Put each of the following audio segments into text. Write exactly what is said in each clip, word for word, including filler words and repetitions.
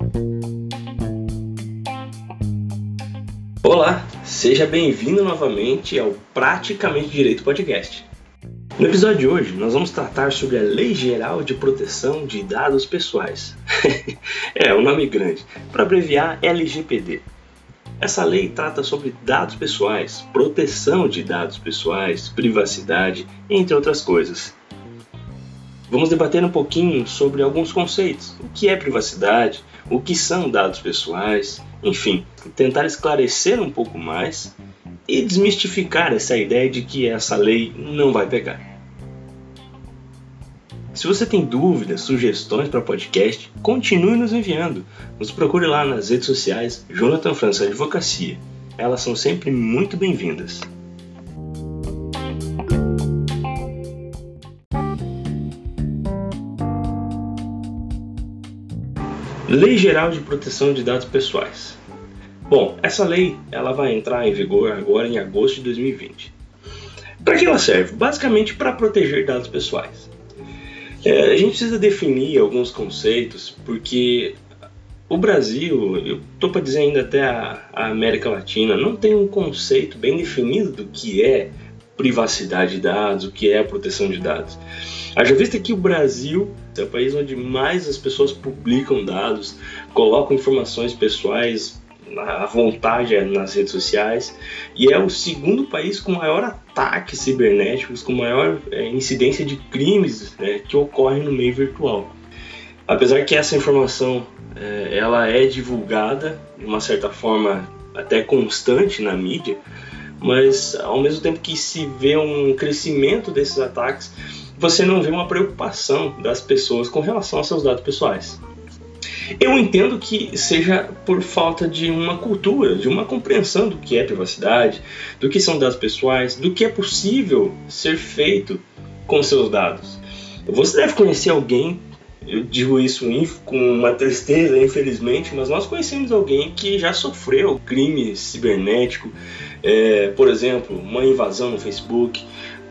Olá, seja bem-vindo novamente ao Praticamente Direito Podcast. No episódio de hoje, nós vamos tratar sobre a Lei Geral de Proteção de Dados Pessoais. É, um nome grande, para abreviar L G P D. Essa lei trata sobre dados pessoais, proteção de dados pessoais, privacidade, entre outras coisas. Vamos debater um pouquinho sobre alguns conceitos, o que é privacidade, o que são dados pessoais, enfim, tentar esclarecer um pouco mais e desmistificar essa ideia de que essa lei não vai pegar. Se você tem dúvidas, sugestões para podcast, continue nos enviando. Nos procure lá nas redes sociais Jonathan França Advocacia. Elas são sempre muito bem-vindas. Lei Geral de Proteção de Dados Pessoais. Bom, essa lei ela vai entrar em vigor agora em agosto de dois mil e vinte. Para que ela serve? Basicamente para proteger dados pessoais. É, a gente precisa definir alguns conceitos, porque o Brasil, eu estou para dizer ainda até a, a América Latina, não tem um conceito bem definido do que é privacidade de dados, o que é a proteção de dados. Haja vista que o Brasil é o país onde mais as pessoas publicam dados, colocam informações pessoais à vontade nas redes sociais, e é o segundo país com maior ataques cibernéticos, com maior é, incidência de crimes é, que ocorrem no meio virtual. Apesar que essa informação é, ela é divulgada de uma certa forma até constante na mídia, mas ao mesmo tempo que se vê um crescimento desses ataques, você não vê uma preocupação das pessoas com relação aos seus dados pessoais. Eu entendo que seja por falta de uma cultura, de uma compreensão do que é privacidade, do que são dados pessoais, do que é possível ser feito com seus dados. Você deve conhecer alguém, eu digo isso com uma tristeza, infelizmente, mas nós conhecemos alguém que já sofreu crime cibernético, é, por exemplo, uma invasão no Facebook,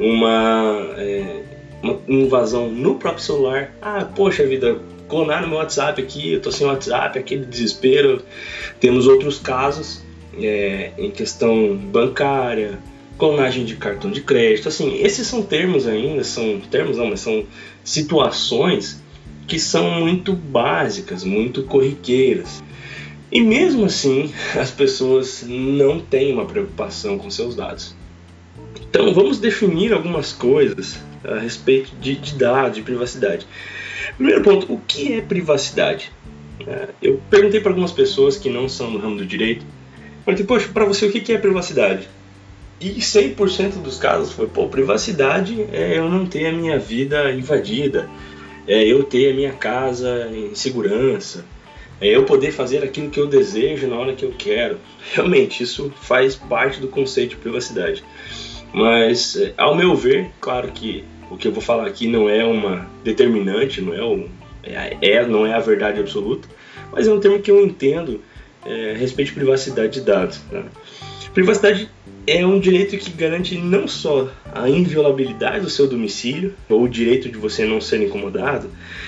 uma, é, uma invasão no próprio celular. Ah, poxa vida, clonaram meu WhatsApp aqui, eu tô sem WhatsApp, aquele desespero. Temos outros casos é, em questão bancária, clonagem de cartão de crédito. Assim, esses são termos ainda, são termos não, mas são situações que são muito básicas, muito corriqueiras. E mesmo assim, as pessoas não têm uma preocupação com seus dados. Então vamos definir algumas coisas a respeito de, de dados, de privacidade. Primeiro ponto, o que é privacidade? Eu perguntei para algumas pessoas que não são do ramo do direito, perguntei, poxa, para você o que é privacidade? E cem por cento dos casos foi, pô, privacidade é eu não ter a minha vida invadida, é eu ter a minha casa em segurança, é eu poder fazer aquilo que eu desejo na hora que eu quero. Realmente, isso faz parte do conceito de privacidade. Mas, ao meu ver, claro que o que eu vou falar aqui não é uma determinante, não é, um, é, não é a verdade absoluta, mas é um termo que eu entendo é, a respeito de privacidade de dados. Né? Privacidade é um direito que garante não só a inviolabilidade do seu domicílio, ou o direito de você não ser incomodado,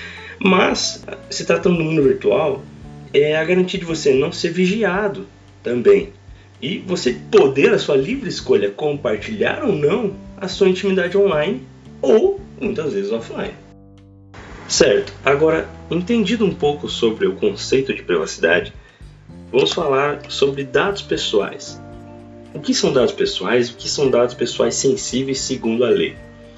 mas, se tratando do mundo virtual, é a garantia de você não ser vigiado também. E você poder, a sua livre escolha, compartilhar ou não a sua intimidade online ou, muitas vezes, offline. Certo, agora, entendido um pouco sobre o conceito de privacidade, vamos falar sobre dados pessoais. O que são dados pessoais? O que são dados pessoais sensíveis segundo a lei?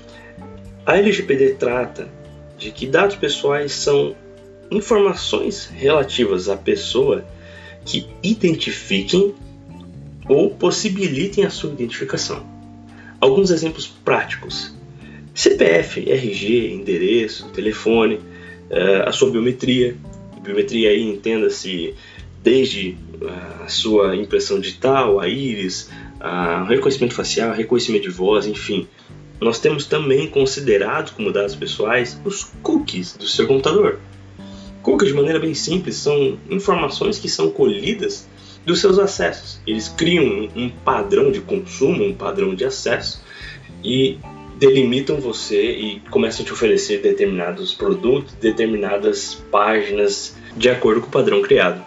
A L G P D trata de que dados pessoais são informações relativas à pessoa que identifiquem ou possibilitem a sua identificação. Alguns exemplos práticos: C P F, R G, endereço, telefone, a sua biometria. Biometria aí entenda-se desde a sua impressão digital, a íris, a reconhecimento facial, reconhecimento de voz, enfim. Nós temos também considerados como dados pessoais os cookies do seu computador. Cookies, de maneira bem simples, são informações que são colhidas dos seus acessos. Eles criam um padrão de consumo, um padrão de acesso e delimitam você e começam a te oferecer determinados produtos, determinadas páginas de acordo com o padrão criado.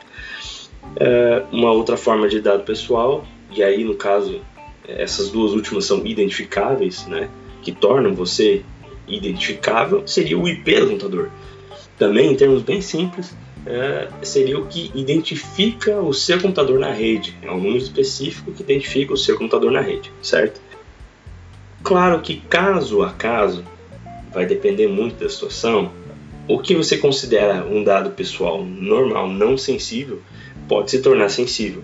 É, uma outra forma de dado pessoal, e aí no caso essas duas últimas são identificáveis, né, que tornam você identificável, seria o I P do computador. Também, em termos bem simples, é, seria o que identifica o seu computador na rede. É um número específico que identifica o seu computador na rede, certo? Claro que caso a caso, vai depender muito da situação, o que você considera um dado pessoal normal, não sensível, pode se tornar sensível,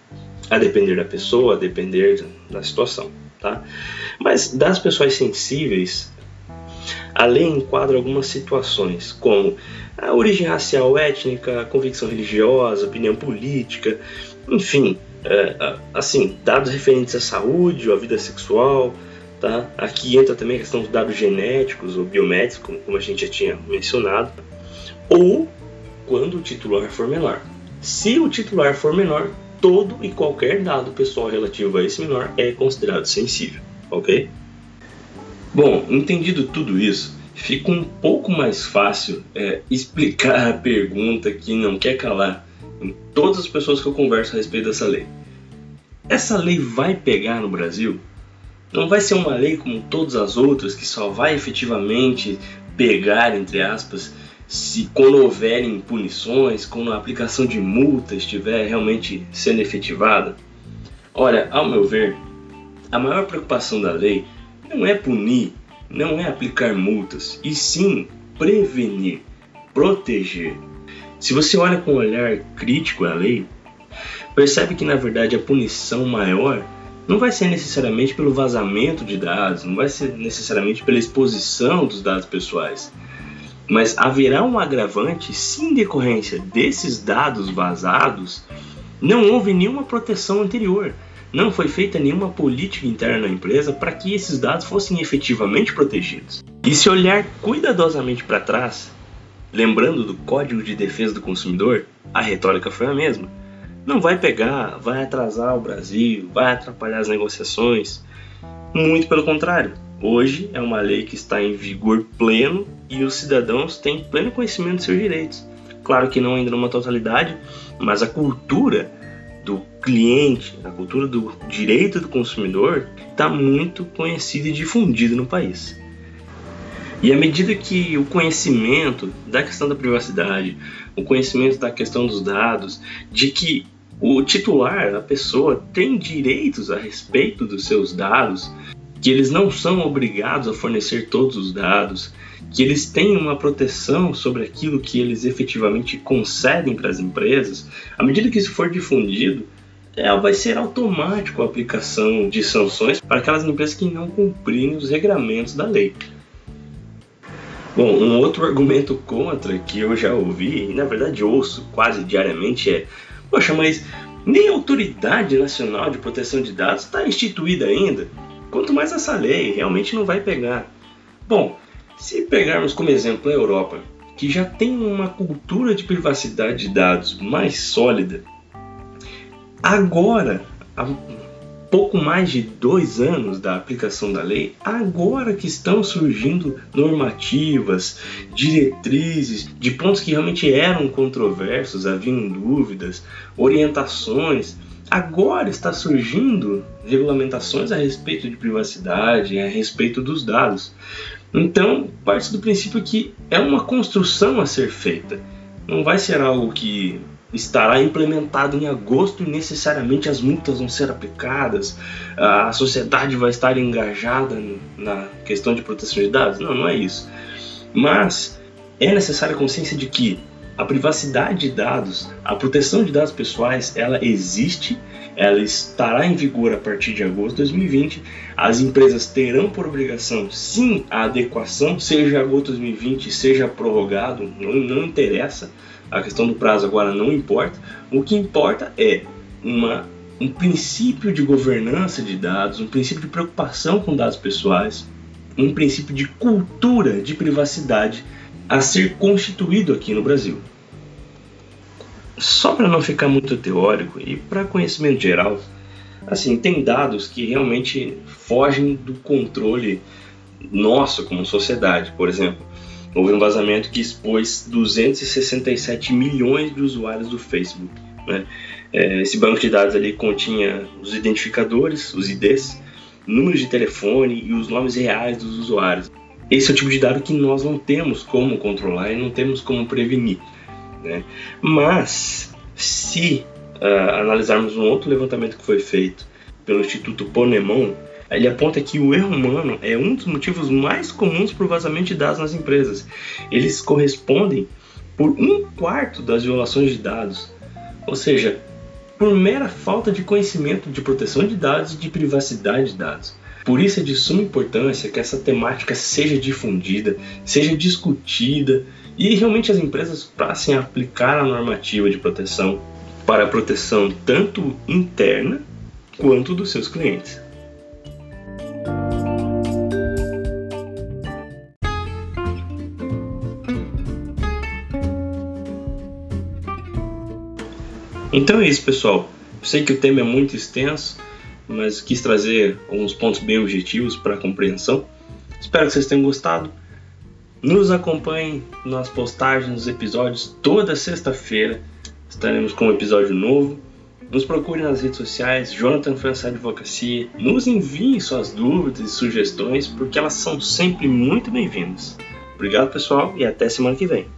a depender da pessoa, a depender da situação, tá? Mas dados pessoais sensíveis, a lei enquadra algumas situações, como a origem racial, étnica, convicção religiosa, opinião política, enfim, é, assim, dados referentes à saúde ou à vida sexual, tá? Aqui entra também a questão dos dados genéticos ou biométricos, como a gente já tinha mencionado, ou quando o titular for menor. Se o titular for menor, todo e qualquer dado pessoal relativo a esse menor é considerado sensível, ok? Bom, entendido tudo isso, fica um pouco mais fácil é, explicar a pergunta que não quer calar em todas as pessoas que eu converso a respeito dessa lei. Essa lei vai pegar no Brasil? Não vai ser uma lei como todas as outras que só vai efetivamente pegar, entre aspas, se quando houverem punições, quando a aplicação de multa estiver realmente sendo efetivada? Olha, ao meu ver, a maior preocupação da lei não é punir, não é aplicar multas, e sim prevenir, proteger. Se você olha com um olhar crítico à lei, percebe que na verdade a punição maior não vai ser necessariamente pelo vazamento de dados, não vai ser necessariamente pela exposição dos dados pessoais, mas haverá um agravante se em decorrência desses dados vazados não houve nenhuma proteção anterior, não foi feita nenhuma política interna na empresa para que esses dados fossem efetivamente protegidos. E se olhar cuidadosamente para trás, lembrando do Código de Defesa do Consumidor, a retórica foi a mesma. Não vai pegar, vai atrasar o Brasil, vai atrapalhar as negociações. Muito pelo contrário. Hoje é uma lei que está em vigor pleno e os cidadãos têm pleno conhecimento de seus direitos. Claro que não ainda numa totalidade, mas a cultura do cliente, a cultura do direito do consumidor está muito conhecida e difundida no país. E à medida que o conhecimento da questão da privacidade, o conhecimento da questão dos dados, de que o titular, a pessoa, tem direitos a respeito dos seus dados, que eles não são obrigados a fornecer todos os dados, que eles têm uma proteção sobre aquilo que eles efetivamente concedem para as empresas, à medida que isso for difundido, é, vai ser automático a aplicação de sanções para aquelas empresas que não cumprirem os regramentos da lei. Bom, um outro argumento contra que eu já ouvi, e na verdade ouço quase diariamente, é: poxa, mas nem a Autoridade Nacional de Proteção de Dados está instituída ainda, quanto mais essa lei realmente não vai pegar. Bom, se pegarmos como exemplo a Europa, que já tem uma cultura de privacidade de dados mais sólida, agora, há pouco mais de dois anos da aplicação da lei, agora que estão surgindo normativas, diretrizes, de pontos que realmente eram controversos, haviam dúvidas, orientações, agora está surgindo regulamentações a respeito de privacidade, a respeito dos dados. Então, parte do princípio que é uma construção a ser feita. Não vai ser algo que estará implementado em agosto e necessariamente as multas vão ser aplicadas, a sociedade vai estar engajada na questão de proteção de dados. Não, não é isso. Mas é necessária a consciência de que a privacidade de dados, a proteção de dados pessoais, ela existe, ela estará em vigor a partir de agosto de dois mil e vinte. As empresas terão por obrigação, sim, a adequação, seja agosto de dois mil e vinte, seja prorrogado, não, não interessa. A questão do prazo agora não importa. O que importa é uma, um princípio de governança de dados, um princípio de preocupação com dados pessoais, um princípio de cultura de privacidade a ser constituído aqui no Brasil. Só para não ficar muito teórico e para conhecimento geral, assim, tem dados que realmente fogem do controle nosso como sociedade. Por exemplo, Houve um vazamento que expôs duzentos e sessenta e sete milhões de usuários do Facebook, né? É, esse banco de dados ali continha os identificadores, os I Ds, números de telefone e os nomes reais dos usuários. Esse é o tipo de dado que nós não temos como controlar e não temos como prevenir, né? Mas, se uh, analisarmos um outro levantamento que foi feito pelo Instituto Ponemon, ele aponta que o erro humano é um dos motivos mais comuns para o vazamento de dados nas empresas. Eles correspondem por um quarto das violações de dados, ou seja, por mera falta de conhecimento de proteção de dados e de privacidade de dados. Por isso é de suma importância que essa temática seja difundida, seja discutida e realmente as empresas passem a aplicar a normativa de proteção para a proteção tanto interna quanto dos seus clientes. Então é isso, pessoal. Eu sei que o tema é muito extenso, mas quis trazer alguns pontos bem objetivos para a compreensão. Espero que vocês tenham gostado. Nos acompanhem nas postagens dos episódios. Toda sexta-feira estaremos com um episódio novo. Nos procurem nas redes sociais, Jonathan França Advocacia. Nos enviem suas dúvidas e sugestões, porque elas são sempre muito bem-vindas. Obrigado, pessoal, e até semana que vem.